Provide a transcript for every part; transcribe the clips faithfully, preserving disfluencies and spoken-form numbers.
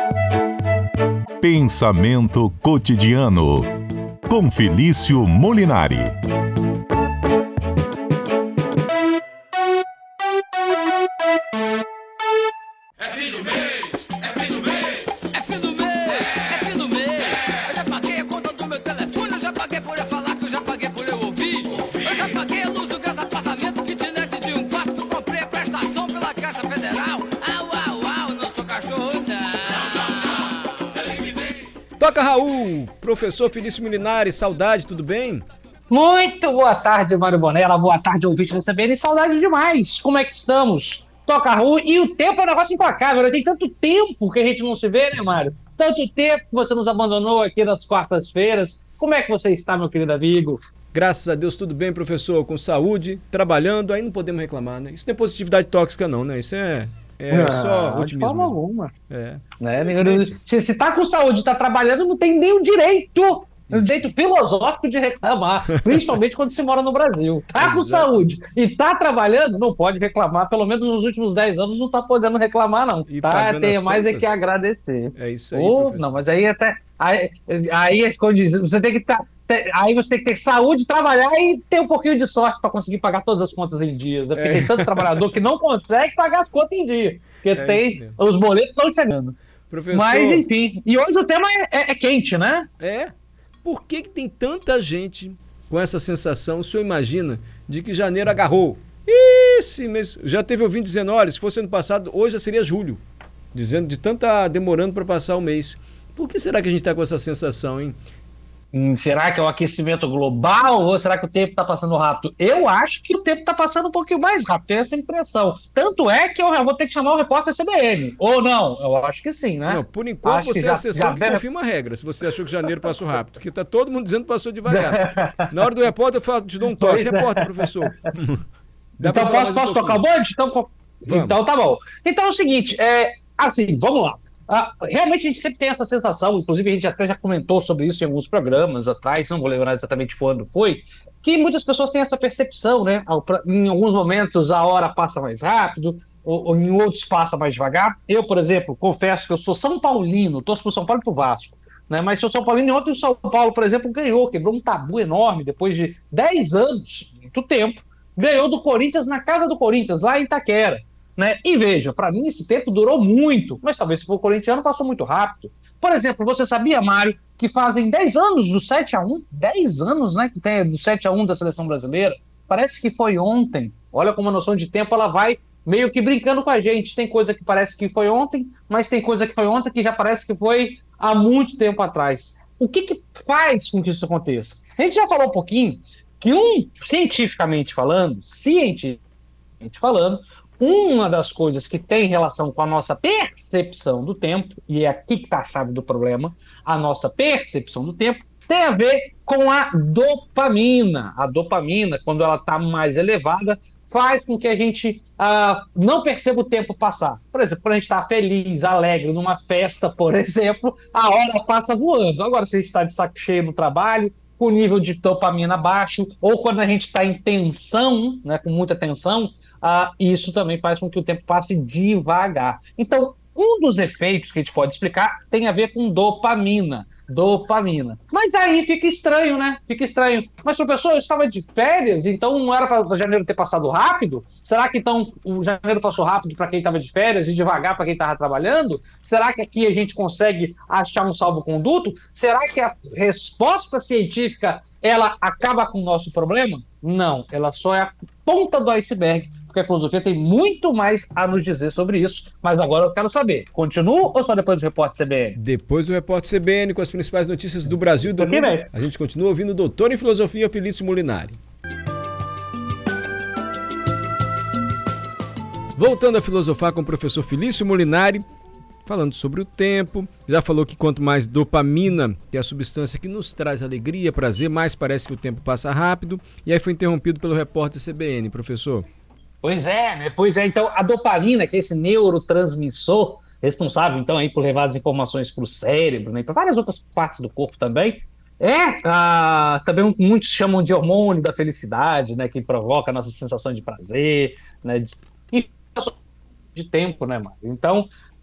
Pensamento cotidiano, com Felício Molinari. É fim do mês, é fim do mês, é fim do mês, é fim do mês. Eu já paguei a conta do meu telefone, eu já paguei por eu falar, que eu já paguei por eu ouvir. Eu já paguei a luz, o gás, apartamento, kitnet de um quarto, comprei a prestação pela Caixa Federal. Au, au, au, não sou cachorro, não. Toca, Raul! Professor Felício Molinari, saudade, tudo bem? Muito boa tarde, Mário Bonella, boa tarde, ouvinte da C B N, saudade demais, como é que estamos? Toca, Raul, e o tempo é um negócio implacável, né? Tem tanto tempo que a gente não se vê, né, Mário? Tanto tempo que você nos abandonou aqui nas quartas-feiras. Como é que você está, meu querido amigo? Graças a Deus, tudo bem, professor, com saúde, trabalhando, aí não podemos reclamar, né? Isso não é positividade tóxica não, né? Isso é, é não, só de otimismo. forma alguma. É. Né, se, se tá com saúde, tá trabalhando, não tem nem o direito, o direito filosófico de reclamar, principalmente quando se mora no Brasil. Tá com saúde e tá trabalhando, não pode reclamar, pelo menos nos últimos dez anos não tá podendo reclamar, não. E tá, tem mais contas. é que agradecer. É isso aí, oh, professor. Não, mas aí até, aí, aí é como diz, você tem que tá, aí você tem que ter saúde, trabalhar e ter um pouquinho de sorte para conseguir pagar todas as contas em dias, é porque É. tem tanto trabalhador que não consegue pagar as contas em dia, porque É tem, os boletos estão chegando. Professor, Mas, enfim. E hoje o tema é, é, é quente, né? É? Por que que tem tanta gente com essa sensação, o senhor imagina, de que janeiro agarrou? Esse mês, já teve ouvindo dizendo, olha, se fosse ano passado, hoje já seria julho. Dizendo de tanta demorando para passar o mês. Por que será que a gente está com essa sensação, hein? Hum, será que é o aquecimento global ou será que o tempo está passando rápido? Eu acho que o tempo está passando um pouquinho mais rápido, tenho essa impressão. Tanto é que eu vou ter que chamar o repórter C B N. Ou não? Eu acho que sim, né? Não, por enquanto Acho você que é a já- exceção já que deve- confirma a regra, se você achou que janeiro passou rápido. Porque tá todo mundo dizendo que passou devagar. Na hora do repórter eu falo, te dou um toque. Pois é. Repórter, professor. Dá pra Então falar posso, mais um posso tocar o pouquinho? bonde? Então, co- Vamos. então tá bom. Então é o seguinte, é, assim, vamos lá. Ah, realmente a gente sempre tem essa sensação, inclusive a gente até já comentou sobre isso em alguns programas atrás, não vou lembrar exatamente quando foi, que muitas pessoas têm essa percepção, né? Ao- pra- Em alguns momentos a hora passa mais rápido, ou, ou em outros passa mais devagar. Eu, por exemplo, confesso que eu sou São Paulino, torço pro São Paulo e pro Vasco, né? Mas sou São Paulino e ontem o São Paulo, por exemplo, ganhou, quebrou um tabu enorme depois de dez anos, muito tempo, ganhou do Corinthians na casa do Corinthians, lá em Itaquera. Né? E veja, para mim esse tempo durou muito, mas talvez se for corintiano passou muito rápido. Por exemplo, você sabia, Mário, que fazem dez anos do sete a um? dez anos, né, que tem do sete a um da seleção brasileira? Parece que foi ontem. Olha como a noção de tempo ela vai meio que brincando com a gente. Tem coisa que parece que foi ontem, mas tem coisa que foi ontem que já parece que foi há muito tempo atrás. O que, que faz com que isso aconteça? A gente já falou um pouquinho que, um, cientificamente falando, cientificamente falando, uma das coisas que tem relação com a nossa percepção do tempo, e é aqui que está a chave do problema, a nossa percepção do tempo, tem a ver com a dopamina. A dopamina, quando ela está mais elevada, faz com que a gente ah, não perceba o tempo passar. Por exemplo, quando a gente está feliz, alegre, numa festa, por exemplo, a hora passa voando. Agora, se a gente está de saco cheio no trabalho, com o nível de dopamina baixo, ou quando a gente está em tensão, né, com muita tensão, ah, isso também faz com que o tempo passe devagar. Então, um dos efeitos que a gente pode explicar tem a ver com dopamina. Dopamina. Mas aí fica estranho, né? Fica estranho. Mas, professor, eu estava de férias, então não era para janeiro ter passado rápido? Será que então o janeiro passou rápido para quem estava de férias e devagar para quem estava trabalhando? Será que aqui a gente consegue achar um salvo-conduto? Será que a resposta científica ela acaba com o nosso problema? Não, ela só é a ponta do iceberg, porque a filosofia tem muito mais a nos dizer sobre isso. Mas agora eu quero saber, continuo ou só depois do repórter C B N? Depois do repórter C B N com as principais notícias do Brasil e do Tô aqui, mundo, velho. a gente continua ouvindo o doutor em filosofia Felício Molinari. Voltando a filosofar com o professor Felício Molinari, falando sobre o tempo, já falou que quanto mais dopamina, que é a substância que nos traz alegria, prazer, mais parece que o tempo passa rápido, e aí foi interrompido pelo repórter C B N, professor. Pois é, né? Pois é. Então, a dopamina, que é esse neurotransmissor responsável, então, aí, por levar as informações para o cérebro, né, para várias outras partes do corpo também, é ah, também o que muitos chamam de hormônio da felicidade, né? Que provoca a nossa sensação de prazer, né? De, de tempo, né, Mário? Então,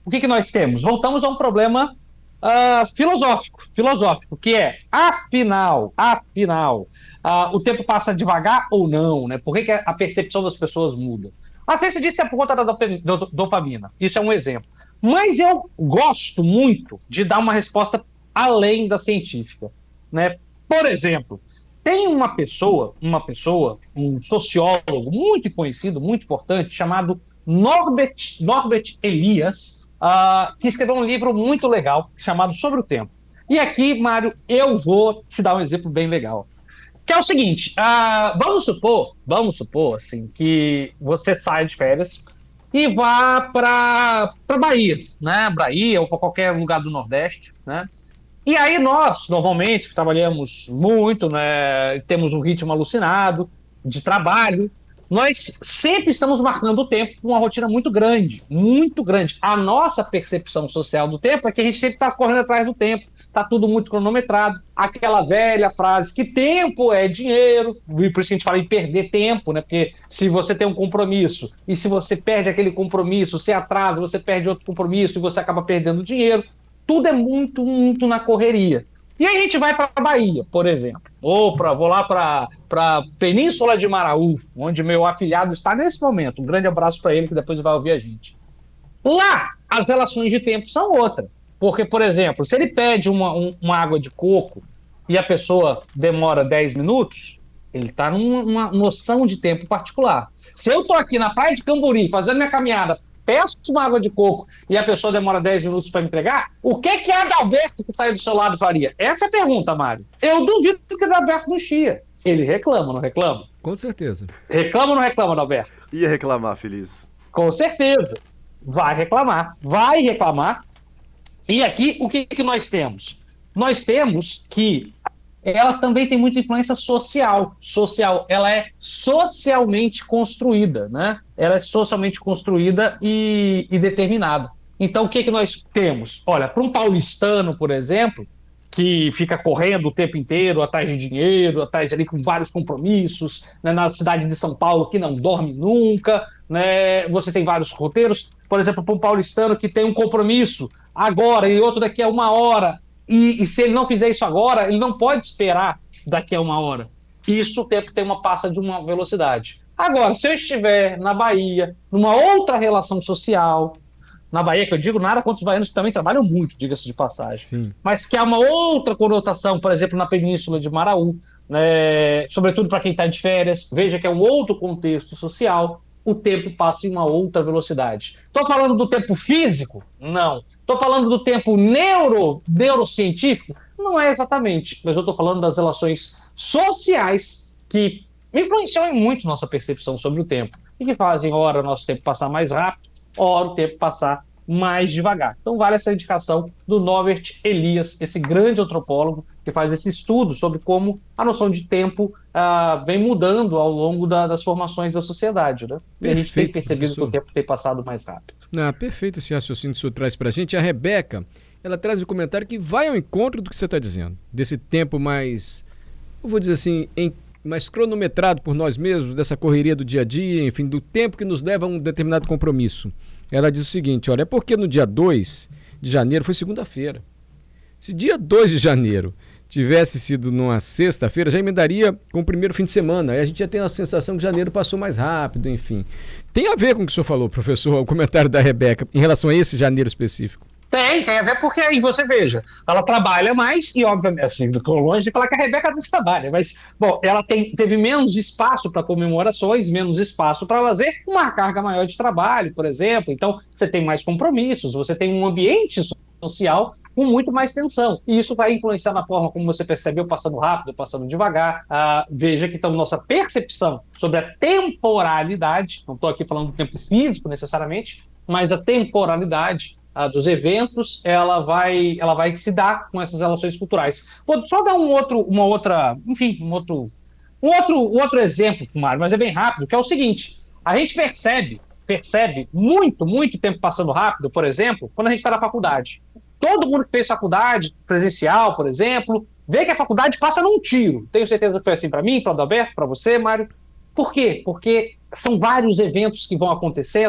o que, que nós temos? Voltamos a um problema uh, filosófico, filosófico, que é, afinal, afinal, uh, o tempo passa devagar ou não, né? Por que, que a percepção das pessoas muda? A ciência diz que é por conta da dopamina, isso é um exemplo. Mas eu gosto muito de dar uma resposta além da científica, né? Por exemplo, tem uma pessoa, uma pessoa, um sociólogo muito conhecido, muito importante, chamado Norbert, Norbert Elias, uh, que escreveu um livro muito legal chamado Sobre o Tempo. E aqui, Mário, eu vou te dar um exemplo bem legal. Que é o seguinte, uh, vamos supor, vamos supor, assim, que você sai de férias e vá para para Bahia, né? Bahia ou para qualquer lugar do Nordeste, né? E aí nós, normalmente, que trabalhamos muito, né? Temos um ritmo alucinado de trabalho, nós sempre estamos marcando o tempo com uma rotina muito grande, muito grande. A nossa percepção social do tempo é que a gente sempre está correndo atrás do tempo, está tudo muito cronometrado. Aquela velha frase que tempo é dinheiro, e por isso que a gente fala em perder tempo, né? Porque se você tem um compromisso e se você perde aquele compromisso, se atrasa, você perde outro compromisso e você acaba perdendo dinheiro. Tudo é muito, muito na correria. E aí a gente vai para a Bahia, por exemplo, ou pra, vou lá para a Península de Maraú, onde meu afilhado está nesse momento. Um grande abraço para ele, que depois vai ouvir a gente. Lá, as relações de tempo são outra. Porque, por exemplo, se ele pede uma, um, uma água de coco e a pessoa demora dez minutos, ele está numa noção de tempo particular. Se eu estou aqui na praia de Camburi, fazendo minha caminhada, peço uma água de coco e a pessoa demora dez minutos para me entregar, o que que a Adalberto que está aí do seu lado faria? Essa é a pergunta, Mário. Eu duvido que a Adalberto não chia. Ele reclama, não reclama? Com certeza. Reclama ou não reclama, Adalberto? Ia reclamar, Feliz. Com certeza. Vai reclamar. Vai reclamar. E aqui, o que que nós temos? Nós temos que ela também tem muita influência social. Social, ela é socialmente construída, né? Ela é socialmente construída e, e determinada. Então, o que que nós temos? Olha, para um paulistano, por exemplo, que fica correndo o tempo inteiro atrás de dinheiro, atrás ali com vários compromissos, né, na cidade de São Paulo, que não dorme nunca, né? Você tem vários roteiros. Por exemplo, para um paulistano que tem um compromisso agora e outro daqui a uma hora, E, e se ele não fizer isso agora, ele não pode esperar daqui a uma hora. Isso o tempo tem uma passa de uma velocidade. Agora, se eu estiver na Bahia, numa outra relação social, na Bahia que eu digo, nada contra os baianos que também trabalham muito, diga-se de passagem, Sim. mas que há uma outra conotação, por exemplo, na Península de Maraú, né, sobretudo para quem está de férias, veja que é um outro contexto social, o tempo passa em uma outra velocidade. Estou falando do tempo físico? Não. Estou falando do tempo neuro, neurocientífico? Não é exatamente. Mas eu estou falando das relações sociais que influenciam muito nossa percepção sobre o tempo e que fazem, ora, o nosso tempo passar mais rápido, ora, o tempo passar mais devagar. Então vale essa indicação do Norbert Elias, esse grande antropólogo que faz esse estudo sobre como a noção de tempo uh, vem mudando ao longo da, das formações da sociedade, né? E a gente tem percebido professor. que o tempo tem passado mais rápido. Ah, perfeito esse raciocínio que o senhor traz para a gente. A Rebeca, ela traz um comentário que vai ao encontro do que você está dizendo, desse tempo mais, eu vou dizer assim, em, mais cronometrado por nós mesmos, dessa correria do dia a dia, enfim, do tempo que nos leva a um determinado compromisso. Ela diz o seguinte, olha, é porque no dia dois de janeiro foi segunda-feira. Se dia dois de janeiro tivesse sido numa sexta-feira, já emendaria com o primeiro fim de semana. Aí a gente já tem a sensação que janeiro passou mais rápido, enfim. Tem a ver com o que o senhor falou, professor, o comentário da Rebeca, em relação a esse janeiro específico. Tem, tem a ver porque aí você veja, ela trabalha mais e, obviamente, assim, longe de falar que a Rebeca não trabalha, mas, bom, ela tem, teve menos espaço para comemorações, menos espaço para lazer, uma carga maior de trabalho, por exemplo. Então, você tem mais compromissos, você tem um ambiente social com muito mais tensão. E isso vai influenciar na forma como você percebeu passando rápido, passando devagar. Ah, veja que, então, nossa percepção sobre a temporalidade, não estou aqui falando do tempo físico necessariamente, mas a temporalidade Uh, dos eventos, ela vai, ela vai se dar com essas relações culturais. Vou só dar um outro, uma outra, enfim, um outro, um outro, um outro exemplo, Mário, mas é bem rápido, que é o seguinte, a gente percebe, percebe muito, muito tempo passando rápido, por exemplo, quando a gente está na faculdade. Todo mundo que fez faculdade presencial, por exemplo, vê que a faculdade passa num tiro. Tenho certeza que foi assim para mim, para o Adalberto, para você, Mário. Por quê? Porque são vários eventos que vão acontecendo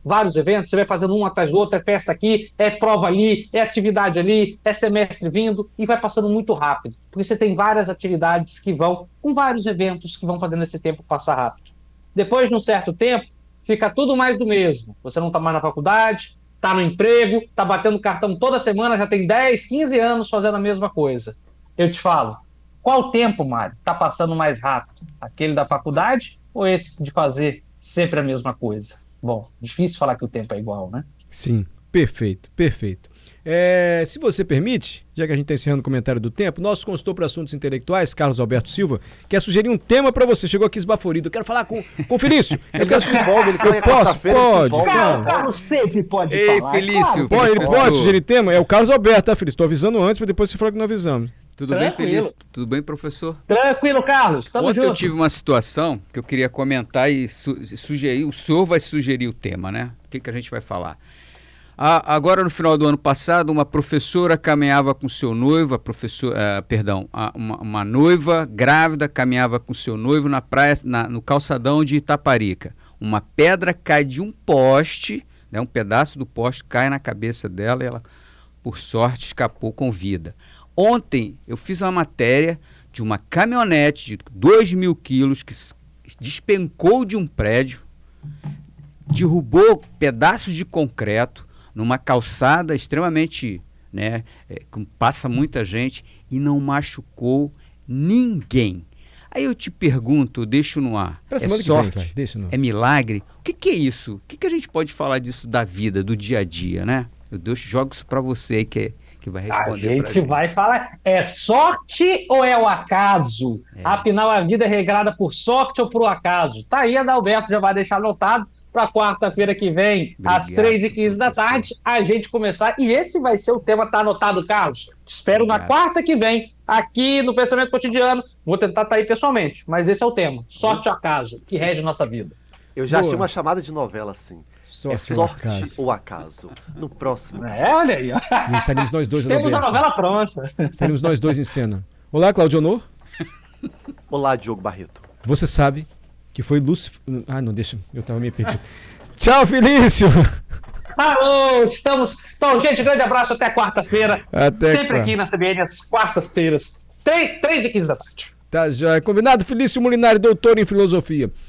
vários eventos, você vai fazendo um atrás do outro, é festa aqui, é prova ali, é atividade ali, é semestre vindo, e vai passando muito rápido, porque você tem várias atividades que vão, com vários eventos que vão fazendo esse tempo passar rápido. Depois de um certo tempo, fica tudo mais do mesmo. Você não está mais na faculdade, está no emprego, está batendo cartão toda semana, já tem dez, quinze anos fazendo a mesma coisa. Eu te falo, qual tempo, Mário, está passando mais rápido? Aquele da faculdade ou esse de fazer sempre a mesma coisa? Bom, difícil falar que o tempo é igual, né? Sim, perfeito, perfeito. É, se você permite, já que a gente está encerrando o comentário do tempo, nosso consultor para assuntos intelectuais, Carlos Alberto Silva, quer sugerir um tema para você. Chegou aqui esbaforido. Eu quero falar com, com o Felício. Eu quero se empolga, ele eu posso, pode. Claro, Carlos sempre pode Ei, falar. Felício. Claro. Pode, ele pode sugerir tema? É o Carlos Alberto, tá, Felício? Estou avisando antes, para depois você falar que não avisamos. Tudo Tranquilo. bem, Felício? Tudo bem, professor? Tranquilo, Carlos. Tamo Ontem junto. eu tive uma situação que eu queria comentar e su sugerir. O senhor vai sugerir o tema, né? O que, que a gente vai falar? Ah, agora, no final do ano passado, uma professora caminhava com seu noivo, a professora, ah, perdão, a, uma, uma noiva grávida caminhava com seu noivo na praia, na, no calçadão de Itaparica. Uma pedra cai de um poste, né, um pedaço do poste cai na cabeça dela e ela, por sorte, escapou com vida. Ontem eu fiz uma matéria de uma caminhonete de dois mil quilos que despencou de um prédio, derrubou pedaços de concreto numa calçada extremamente, né, é, passa muita gente e não machucou ninguém. Aí eu te pergunto, eu deixo no ar, Pra é semana que sorte, vem, vai, deixa no ar. é milagre? O que, que é isso? O que, que a gente pode falar disso da vida, do dia a dia, né? Eu deixo, jogo isso para você aí que, é, que vai A responder pra gente gente. vai falar, é sorte ou é o acaso? É. Afinal, a vida é regrada por sorte ou por acaso? Tá aí, Adalberto já vai deixar anotado para quarta-feira que vem, Obrigado, às três e quinze da professor. tarde, a gente começar. E esse vai ser o tema, tá anotado, Carlos? Te espero na Obrigado. quarta que vem, aqui no Pensamento Cotidiano. Vou tentar estar aí pessoalmente, mas esse é o tema. Sorte ou acaso, que rege nossa vida. Eu já Boa. achei uma chamada de novela assim. Sorte é ou sorte acaso. ou acaso. No próximo. É, olha aí, ó. E estaremos nós dois, Temos a Adalberto. novela pronta. Estaremos nós dois em cena. Olá, Claudio Honor. Olá, Diogo Barreto. Você sabe que foi Lúcifer... Ah, não, deixa. Eu tava meio perdido. Tchau, Felício. Alô, estamos. Então, gente, grande abraço, até quarta-feira. Até Sempre quarta. aqui na C B N, às quartas-feiras, três e quinze da tarde. Tá já combinado, Felício Molinari, doutor em filosofia.